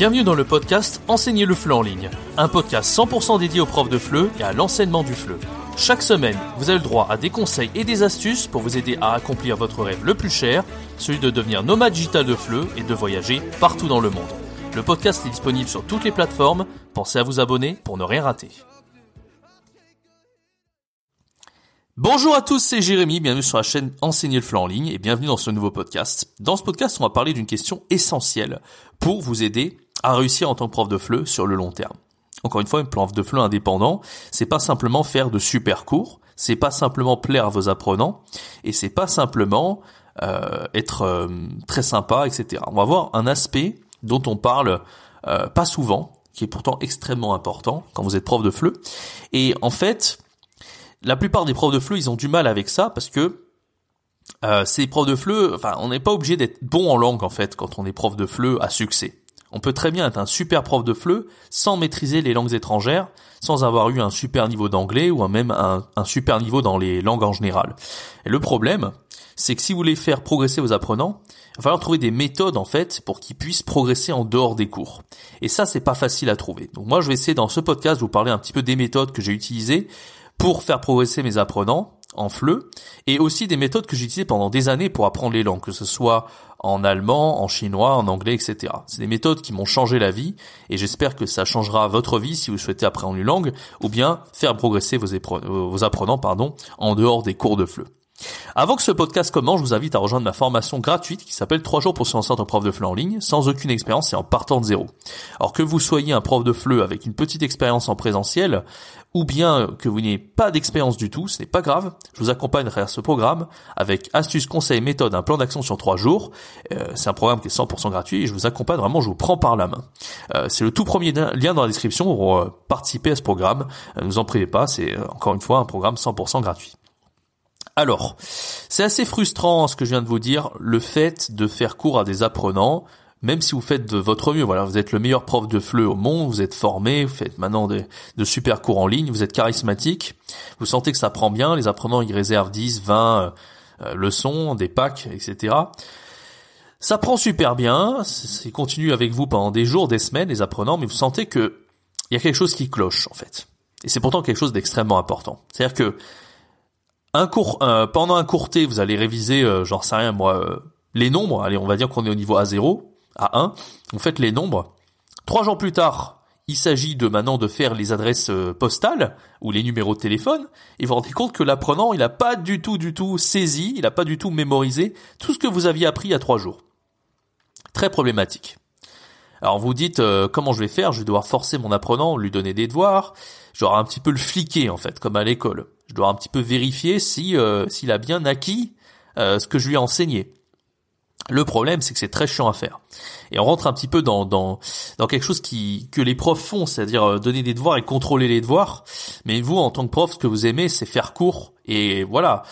Bienvenue dans le podcast Enseigner le FLE en ligne, un podcast 100% dédié aux profs de FLE et à l'enseignement du FLE. Chaque semaine, vous avez le droit à des conseils et des astuces pour vous aider à accomplir votre rêve le plus cher, celui de devenir nomade digital de FLE et de voyager partout dans le monde. Le podcast est disponible sur toutes les plateformes, pensez à vous abonner pour ne rien rater. Bonjour à tous, c'est Jérémy, bienvenue sur la chaîne Enseigner le FLE en ligne et bienvenue dans ce nouveau podcast. Dans ce podcast, on va parler d'une question essentielle pour vous aider à réussir en tant que prof de FLE sur le long terme. Encore une fois, un prof de FLE indépendant, c'est pas simplement faire de super cours, c'est pas simplement plaire à vos apprenants et c'est pas simplement être très sympa, etc. On va voir un aspect dont on parle pas souvent, qui est pourtant extrêmement important quand vous êtes prof de FLE. Et en fait, la plupart des profs de FLE, ils ont du mal avec ça parce que ces profs de FLE, on n'est pas obligé d'être bon en langue en fait quand on est prof de FLE à succès. On peut très bien être un super prof de FLE sans maîtriser les langues étrangères, sans avoir eu un super niveau d'anglais ou même un super niveau dans les langues en général. Et le problème, c'est que si vous voulez faire progresser vos apprenants, il va falloir trouver des méthodes en fait pour qu'ils puissent progresser en dehors des cours. Et ça, c'est pas facile à trouver. Donc moi, je vais essayer dans ce podcast de vous parler un petit peu des méthodes que j'ai utilisées pour faire progresser mes apprenants en FLE et aussi des méthodes que j'ai utilisées pendant des années pour apprendre les langues, que ce soit en allemand, en chinois, en anglais, etc. C'est des méthodes qui m'ont changé la vie et j'espère que ça changera votre vie si vous souhaitez apprendre une langue ou bien faire progresser vos apprenants en dehors des cours de FLE. Avant que ce podcast commence, je vous invite à rejoindre ma formation gratuite qui s'appelle 3 jours pour se lancer en tant que prof de FLE en ligne, sans aucune expérience et en partant de zéro. Alors que vous soyez un prof de FLE avec une petite expérience en présentiel, ou bien que vous n'ayez pas d'expérience du tout, ce n'est pas grave, je vous accompagne à travers ce programme avec astuces, conseils, méthodes, un plan d'action sur 3 jours. C'est un programme qui est 100% gratuit et je vous accompagne vraiment, je vous prends par la main. C'est le tout premier lien dans la description pour participer à ce programme. Ne vous en privez pas, c'est encore une fois un programme 100% gratuit. Alors, c'est assez frustrant ce que je viens de vous dire, le fait de faire cours à des apprenants, même si vous faites de votre mieux. Voilà, vous êtes le meilleur prof de FLE au monde, vous êtes formé, vous faites maintenant de super cours en ligne, vous êtes charismatique, vous sentez que ça prend bien, les apprenants ils réservent 10, 20 leçons, des packs, etc. Ça prend super bien, c'est continue avec vous pendant des jours, des semaines, les apprenants, mais vous sentez que il y a quelque chose qui cloche en fait. Et c'est pourtant quelque chose d'extrêmement important. C'est-à-dire que pendant un court T, vous allez réviser, les nombres. Allez, on va dire qu'on est au niveau A0, A1. Vous faites les nombres. 3 jours plus tard, il s'agit de faire les adresses postales ou les numéros de téléphone. Et vous vous rendez compte que l'apprenant, il a pas du tout saisi, il a pas du tout mémorisé tout ce que vous aviez appris il y a 3 jours. Très problématique. Alors vous dites comment je vais faire, je vais devoir forcer mon apprenant, lui donner des devoirs, je dois un petit peu le fliquer en fait, comme à l'école. Je dois un petit peu vérifier s'il a bien acquis ce que je lui ai enseigné. Le problème, c'est que c'est très chiant à faire. Et on rentre un petit peu dans quelque chose que les profs font, c'est-à-dire donner des devoirs et contrôler les devoirs. Mais vous, en tant que prof, ce que vous aimez, c'est faire cours. Et voilà,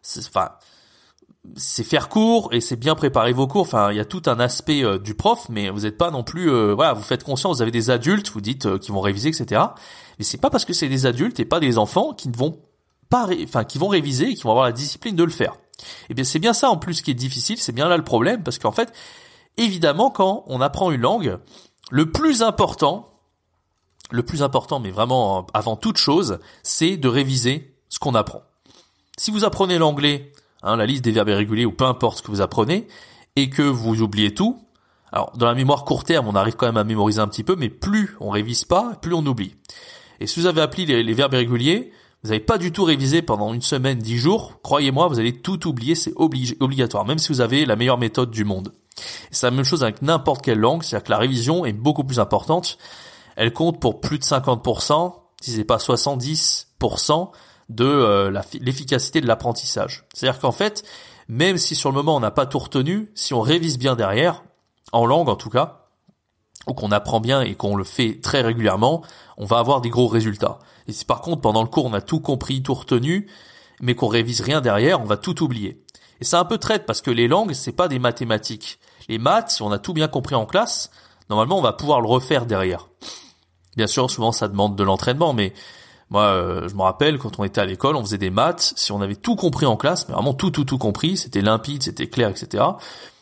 c'est faire cours et c'est bien préparer vos cours. Il y a tout un aspect du prof, mais vous n'êtes pas non plus, vous faites conscience, vous avez des adultes, vous dites qui vont réviser, etc. Mais c'est pas parce que c'est des adultes et pas des enfants qui vont réviser et qui vont avoir la discipline de le faire. Et bien c'est bien ça en plus qui est difficile, c'est bien là le problème, parce qu'en fait, évidemment, quand on apprend une langue, le plus important, mais vraiment avant toute chose, c'est de réviser ce qu'on apprend. Si vous apprenez l'anglais, la liste des verbes irréguliers ou peu importe ce que vous apprenez, et que vous oubliez tout, alors dans la mémoire court terme, on arrive quand même à mémoriser un petit peu, mais plus on révise pas, plus on oublie. Et si vous avez appris les verbes irréguliers, vous n'avez pas du tout révisé pendant une semaine, 10 jours, croyez-moi, vous allez tout oublier, c'est obligatoire, même si vous avez la meilleure méthode du monde. Et c'est la même chose avec n'importe quelle langue, c'est-à-dire que la révision est beaucoup plus importante. Elle compte pour plus de 50%, si c'est pas 70%, de l'efficacité de l'apprentissage. C'est-à-dire qu'en fait, même si sur le moment on n'a pas tout retenu, si on révise bien derrière, en langue en tout cas, ou qu'on apprend bien et qu'on le fait très régulièrement, on va avoir des gros résultats. Et si par contre pendant le cours on a tout compris, tout retenu, mais qu'on révise rien derrière, on va tout oublier. Et c'est un peu traite parce que les langues, c'est pas des mathématiques. Les maths, si on a tout bien compris en classe, normalement on va pouvoir le refaire derrière. Bien sûr, souvent ça demande de l'entraînement, mais moi, je me rappelle, quand on était à l'école, on faisait des maths, si on avait tout compris en classe, mais vraiment tout compris, c'était limpide, c'était clair, etc.,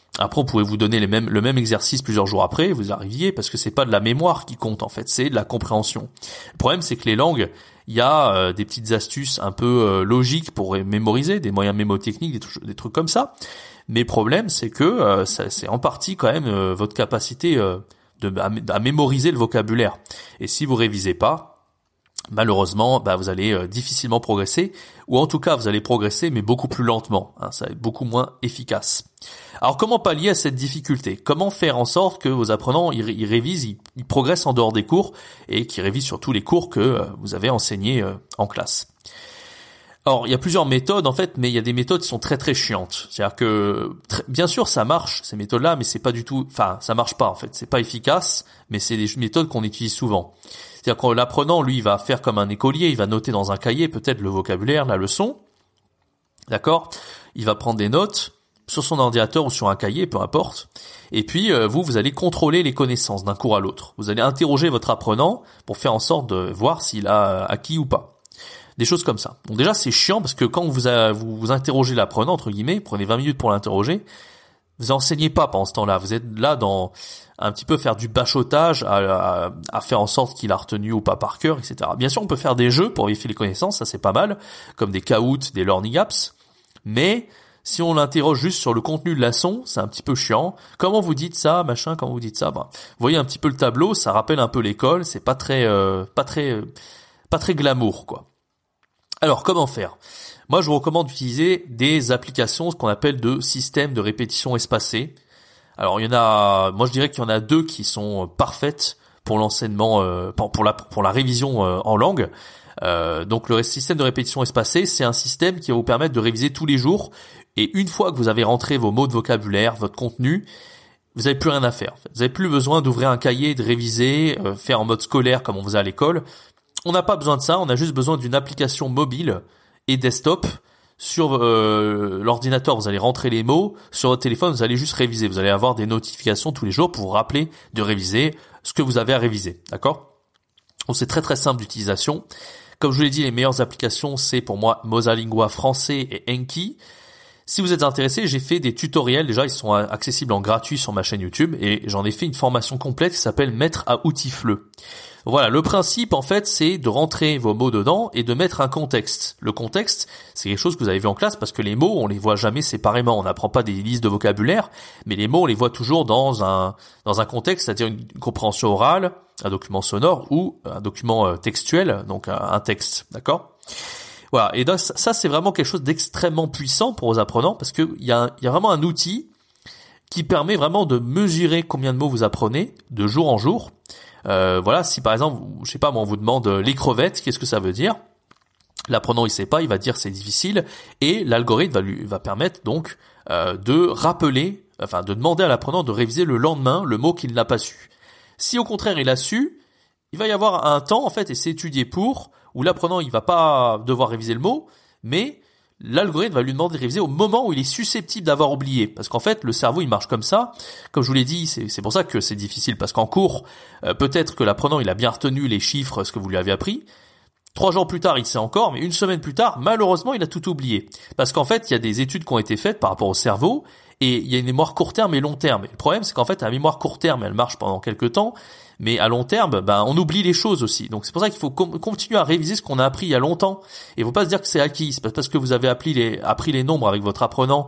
Après, on pourrait vous donner le même exercice plusieurs jours après, vous arriviez, parce que c'est pas de la mémoire qui compte en fait, c'est de la compréhension. Le problème, c'est que les langues, il y a des petites astuces un peu logiques pour mémoriser, des moyens mémotechniques, des trucs comme ça. Mais le problème, c'est que c'est en partie quand même votre capacité à mémoriser le vocabulaire. Et si vous révisez pas, malheureusement, vous allez difficilement progresser, ou en tout cas vous allez progresser mais beaucoup plus lentement, ça va être beaucoup moins efficace. Alors comment pallier à cette difficulté? Comment faire en sorte que vos apprenants ils révisent, ils progressent en dehors des cours et qu'ils révisent surtout les cours que vous avez enseignés en classe? Alors, il y a plusieurs méthodes en fait, mais il y a des méthodes qui sont très très chiantes. C'est-à-dire que bien sûr ça marche ces méthodes-là, mais c'est pas du tout, ça marche pas en fait, c'est pas efficace, mais c'est des méthodes qu'on utilise souvent. C'est-à-dire que l'apprenant, lui, il va faire comme un écolier, il va noter dans un cahier peut-être le vocabulaire, la leçon, d'accord? Il va prendre des notes sur son ordinateur ou sur un cahier, peu importe. Et puis vous allez contrôler les connaissances d'un cours à l'autre. Vous allez interroger votre apprenant pour faire en sorte de voir s'il a acquis ou pas. Des choses comme ça. Donc déjà c'est chiant parce que quand vous interrogez l'apprenant, entre guillemets, prenez 20 minutes pour l'interroger, vous enseignez pas pendant ce temps-là. Vous êtes là dans un petit peu faire du bachotage, à faire en sorte qu'il a retenu ou pas par cœur, etc. Bien sûr, on peut faire des jeux pour vérifier les connaissances, ça c'est pas mal, comme des Kahoot, des Learning Apps. Mais si on l'interroge juste sur le contenu de la leçon, c'est un petit peu chiant. Comment vous dites ça, machin, comment vous dites ça, vous voyez un petit peu le tableau, ça rappelle un peu l'école, c'est pas très glamour, quoi. Alors, comment faire? Moi, je vous recommande d'utiliser des applications, ce qu'on appelle de systèmes de répétition espacée. Alors, moi, je dirais qu'il y en a deux qui sont parfaites pour l'enseignement, pour la révision en langue. Donc, le système de répétition espacée, c'est un système qui va vous permettre de réviser tous les jours. Et une fois que vous avez rentré vos mots de vocabulaire, votre contenu, vous n'avez plus rien à faire. Vous n'avez plus besoin d'ouvrir un cahier, de réviser, faire en mode scolaire comme on faisait à l'école. On n'a pas besoin de ça, on a juste besoin d'une application mobile et desktop. Sur l'ordinateur, vous allez rentrer les mots. Sur votre téléphone, vous allez juste réviser. Vous allez avoir des notifications tous les jours pour vous rappeler de réviser ce que vous avez à réviser. D'accord? Donc c'est très très simple d'utilisation. Comme je vous l'ai dit, les meilleures applications, c'est pour moi Mosalingua français et Enki. Si vous êtes intéressé, j'ai fait des tutoriels. Déjà, ils sont accessibles en gratuit sur ma chaîne YouTube et j'en ai fait une formation complète qui s'appelle Maître à outils FLE. Voilà, le principe en fait, c'est de rentrer vos mots dedans et de mettre un contexte. Le contexte, c'est quelque chose que vous avez vu en classe parce que les mots, on les voit jamais séparément. On n'apprend pas des listes de vocabulaire, mais les mots, on les voit toujours dans un contexte, c'est-à-dire une compréhension orale, un document sonore ou un document textuel, donc un texte, d'accord? Voilà, et donc ça c'est vraiment quelque chose d'extrêmement puissant pour vos apprenants parce que il y a vraiment un outil qui permet vraiment de mesurer combien de mots vous apprenez de jour en jour. Voilà, si par exemple, je sais pas, moi on vous demande les crevettes, qu'est-ce que ça veut dire? L'apprenant il sait pas, il va dire c'est difficile et l'algorithme va permettre donc de rappeler, enfin de demander à l'apprenant de réviser le lendemain le mot qu'il n'a pas su. Si au contraire il a su, il va y avoir un temps en fait et c'est étudié pour où l'apprenant il va pas devoir réviser le mot, mais l'algorithme va lui demander de réviser au moment où il est susceptible d'avoir oublié. Parce qu'en fait, le cerveau, il marche comme ça. Comme je vous l'ai dit, c'est pour ça que c'est difficile. Parce qu'en cours, peut-être que l'apprenant, il a bien retenu les chiffres, ce que vous lui avez appris. 3 jours plus tard, il sait encore, mais une semaine plus tard, malheureusement, il a tout oublié. Parce qu'en fait, il y a des études qui ont été faites par rapport au cerveau, et il y a une mémoire court terme et long terme. Et le problème, c'est qu'en fait, la mémoire court terme, elle marche pendant quelques temps, mais à long terme, on oublie les choses aussi. Donc c'est pour ça qu'il faut continuer à réviser ce qu'on a appris il y a longtemps. Et il faut pas se dire que c'est acquis. C'est pas parce que vous avez appris les nombres avec votre apprenant,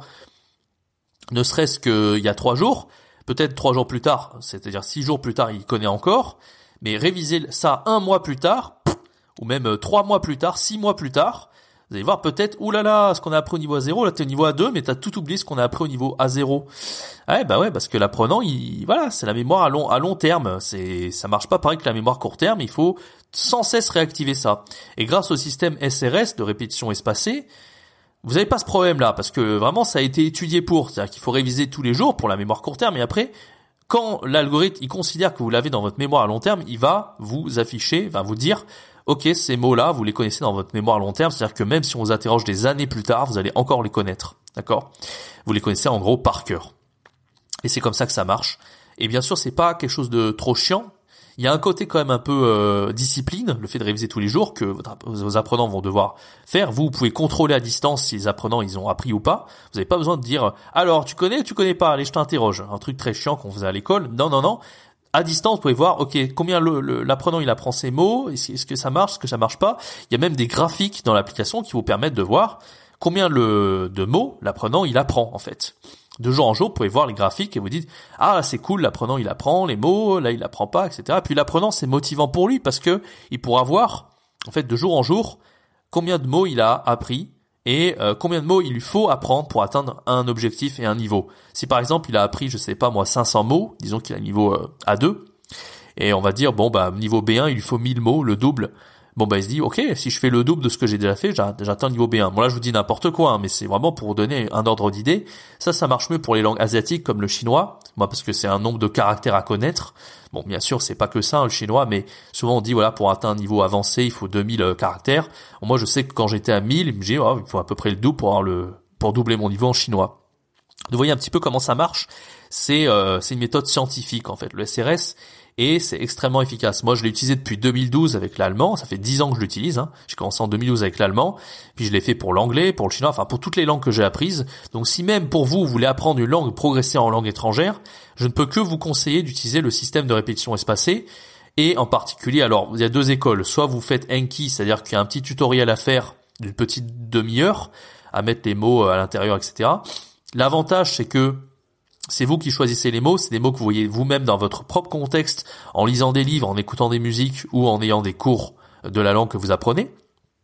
ne serait-ce qu'il y a 3 jours, peut-être 3 jours plus tard, c'est-à-dire 6 jours plus tard, il connaît encore, mais réviser ça 1 mois plus tard, ou même 3 mois plus tard, 6 mois plus tard, vous allez voir peut-être, oulala, ce qu'on a appris au niveau A0, là t'es au niveau A2, mais t'as tout oublié ce qu'on a appris au niveau A0. Ouais, parce que l'apprenant, voilà, c'est la mémoire à long terme. Ça marche pas pareil que la mémoire court terme, il faut sans cesse réactiver ça. Et grâce au système SRS de répétition espacée, vous n'avez pas ce problème-là, parce que vraiment ça a été étudié pour. C'est-à-dire qu'il faut réviser tous les jours pour la mémoire court terme, et après, quand l'algorithme, il considère que vous l'avez dans votre mémoire à long terme, il va vous afficher, va vous dire, ok, ces mots-là, vous les connaissez dans votre mémoire à long terme, c'est-à-dire que même si on vous interroge des années plus tard, vous allez encore les connaître, d'accord? Vous les connaissez en gros par cœur. Et c'est comme ça que ça marche. Et bien sûr, c'est pas quelque chose de trop chiant. Il y a un côté quand même un peu discipline, le fait de réviser tous les jours que vos apprenants vont devoir faire. Vous pouvez contrôler à distance si les apprenants ils ont appris ou pas. Vous n'avez pas besoin de dire alors tu connais ou tu connais pas, allez je t'interroge. Un truc très chiant qu'on faisait à l'école. Non. À distance, vous pouvez voir, ok, combien l'apprenant il apprend ses mots, est-ce que ça marche, est-ce que ça marche pas. Il y a même des graphiques dans l'application qui vous permettent de voir combien de mots l'apprenant il apprend en fait. De jour en jour, vous pouvez voir les graphiques et vous dites ah c'est cool, l'apprenant il apprend les mots, là il apprend pas, etc. Et puis l'apprenant c'est motivant pour lui parce que il pourra voir en fait de jour en jour combien de mots il a appris et combien de mots il lui faut apprendre pour atteindre un objectif et un niveau. Si par exemple il a appris, je sais pas moi, 500 mots, disons qu'il a niveau A2, et on va dire bon bah niveau B1 il lui faut 1000 mots, le double. Bon bah il se dit ok, si je fais le double de ce que j'ai déjà fait, j'atteins le niveau B1. Bon là je vous dis n'importe quoi, hein, mais c'est vraiment pour vous donner un ordre d'idée. Ça marche mieux pour les langues asiatiques comme le chinois, moi parce que c'est un nombre de caractères à connaître. Bon bien sûr c'est pas que ça hein, le chinois, mais souvent on dit voilà pour atteindre un niveau avancé il faut 2000 caractères. Bon, moi je sais que quand j'étais à 1000, je me dis oh, il faut à peu près le double pour doubler mon niveau en chinois. Vous voyez un petit peu comment ça marche. C'est une méthode scientifique en fait, le SRS. Et c'est extrêmement efficace. Moi, je l'ai utilisé depuis 2012 avec l'allemand. Ça fait 10 ans que je l'utilise. Hein. J'ai commencé en 2012 avec l'allemand. Puis je l'ai fait pour l'anglais, pour le chinois, enfin pour toutes les langues que j'ai apprises. Donc si même pour vous voulez apprendre une langue, progresser en langue étrangère, je ne peux que vous conseiller d'utiliser le système de répétition espacée. Et en particulier, alors il y a deux écoles. Soit vous faites Anki, c'est-à-dire qu'il y a un petit tutoriel à faire d'une petite demi-heure, à mettre les mots à l'intérieur, etc. L'avantage, c'est que c'est vous qui choisissez les mots, c'est des mots que vous voyez vous-même dans votre propre contexte, en lisant des livres, en écoutant des musiques ou en ayant des cours de la langue que vous apprenez.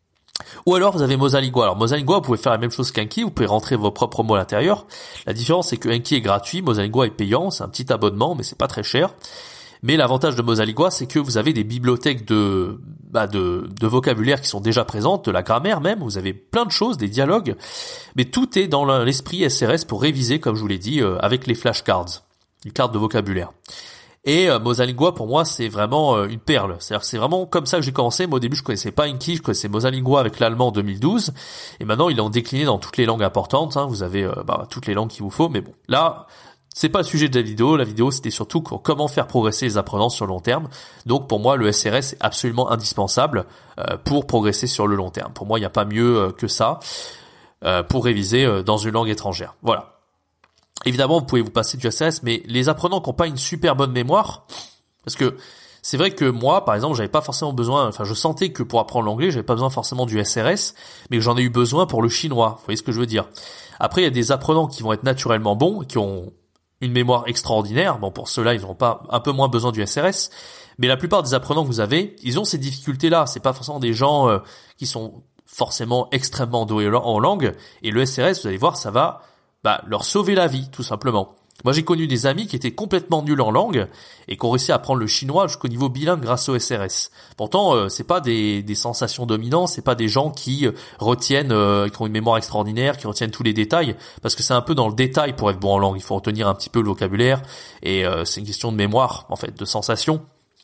Ou alors vous avez Mosalingua. Alors Mosalingua, vous pouvez faire la même chose qu'Anki, vous pouvez rentrer vos propres mots à l'intérieur. La différence, c'est que Anki est gratuit, Mosalingua est payant, c'est un petit abonnement, mais c'est pas très cher. Mais l'avantage de Mosalingua, c'est que vous avez des bibliothèques de vocabulaire qui sont déjà présentes, de la grammaire même, vous avez plein de choses, des dialogues, mais tout est dans l'esprit SRS pour réviser, comme je vous l'ai dit, avec les flashcards, les cartes de vocabulaire. Et Mosalingua, pour moi, c'est vraiment une perle. C'est-à-dire que c'est vraiment comme ça que j'ai commencé. Moi, au début, je connaissais pas Anki, je connaissais Mosalingua avec l'allemand en 2012, et maintenant, il est en décliné dans toutes les langues importantes. Hein. Vous avez toutes les langues qu'il vous faut, mais bon, là... C'est pas le sujet de la vidéo. La vidéo, c'était surtout comment faire progresser les apprenants sur le long terme. Donc, pour moi, le SRS est absolument indispensable pour progresser sur le long terme. Pour moi, il n'y a pas mieux que ça pour réviser dans une langue étrangère. Voilà. Évidemment, vous pouvez vous passer du SRS, mais les apprenants qui n'ont pas une super bonne mémoire, parce que c'est vrai que moi, par exemple, j'avais pas forcément besoin, enfin, je sentais que pour apprendre l'anglais, j'avais pas besoin forcément du SRS, mais que j'en ai eu besoin pour le chinois. Vous voyez ce que je veux dire? Après, il y a des apprenants qui vont être naturellement bons, qui ont une mémoire extraordinaire. Bon, pour ceux-là, ils n'auront pas un peu moins besoin du SRS. Mais la plupart des apprenants que vous avez, ils ont ces difficultés-là. C'est pas forcément des gens qui sont forcément extrêmement doués en langue. Et le SRS, vous allez voir, ça va leur sauver la vie, tout simplement. Moi, j'ai connu des amis qui étaient complètement nuls en langue et qui ont réussi à apprendre le chinois jusqu'au niveau bilingue grâce au SRS. Pourtant, c'est pas des sensations dominantes, c'est pas des gens qui retiennent, qui ont une mémoire extraordinaire, qui retiennent tous les détails, parce que c'est un peu dans le détail pour être bon en langue. Il faut retenir un petit peu le vocabulaire et c'est une question de mémoire, en fait, de sensation.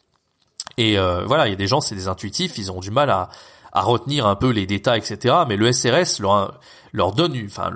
Et voilà, il y a des gens, c'est des intuitifs, ils ont du mal à retenir un peu les détails, etc. Mais le SRS leur donne, enfin,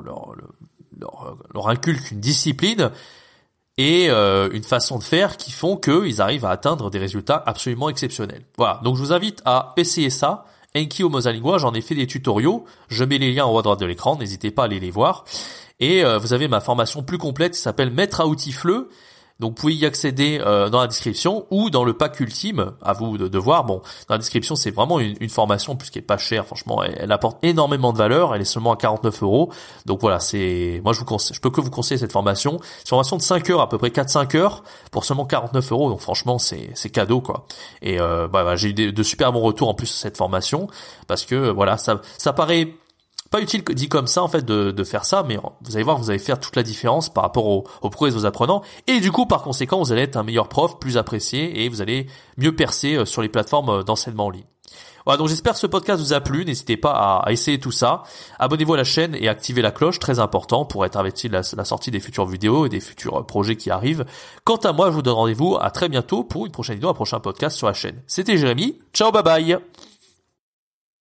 leur inculque une discipline et une façon de faire qui font qu'ils arrivent à atteindre des résultats absolument exceptionnels. Voilà, donc je vous invite à essayer ça. Anki ou Mosalingua, j'en ai fait des tutoriaux, je mets les liens en haut à droite de l'écran, n'hésitez pas à aller les voir. Et vous avez ma formation plus complète qui s'appelle Maître à outils FLE. Donc vous pouvez y accéder dans la description ou dans le pack ultime, à vous de voir. Bon, dans la description, c'est vraiment une formation puisqu'elle est pas chère, franchement, elle apporte énormément de valeur, elle est seulement à 49 €. Donc voilà, moi je peux que vous conseiller cette formation. C'est une formation de 5 heures, à peu près 4-5 heures, pour seulement 49 €. Donc franchement, c'est cadeau, quoi. Et j'ai eu de super bons retours en plus de cette formation, parce que voilà, ça paraît pas utile dit comme ça en fait de faire ça, mais vous allez voir, vous allez faire toute la différence par rapport au progrès de vos apprenants, et du coup par conséquent vous allez être un meilleur prof, plus apprécié, et vous allez mieux percer sur les plateformes d'enseignement en ligne. Voilà, donc j'espère que ce podcast vous a plu, n'hésitez pas à essayer tout ça, abonnez-vous à la chaîne et activez la cloche, très important pour être averti de la sortie des futures vidéos et des futurs projets qui arrivent. Quant à moi, je vous donne rendez-vous à très bientôt pour une prochaine vidéo, un prochain podcast sur la chaîne. C'était Jérémy, ciao, bye bye.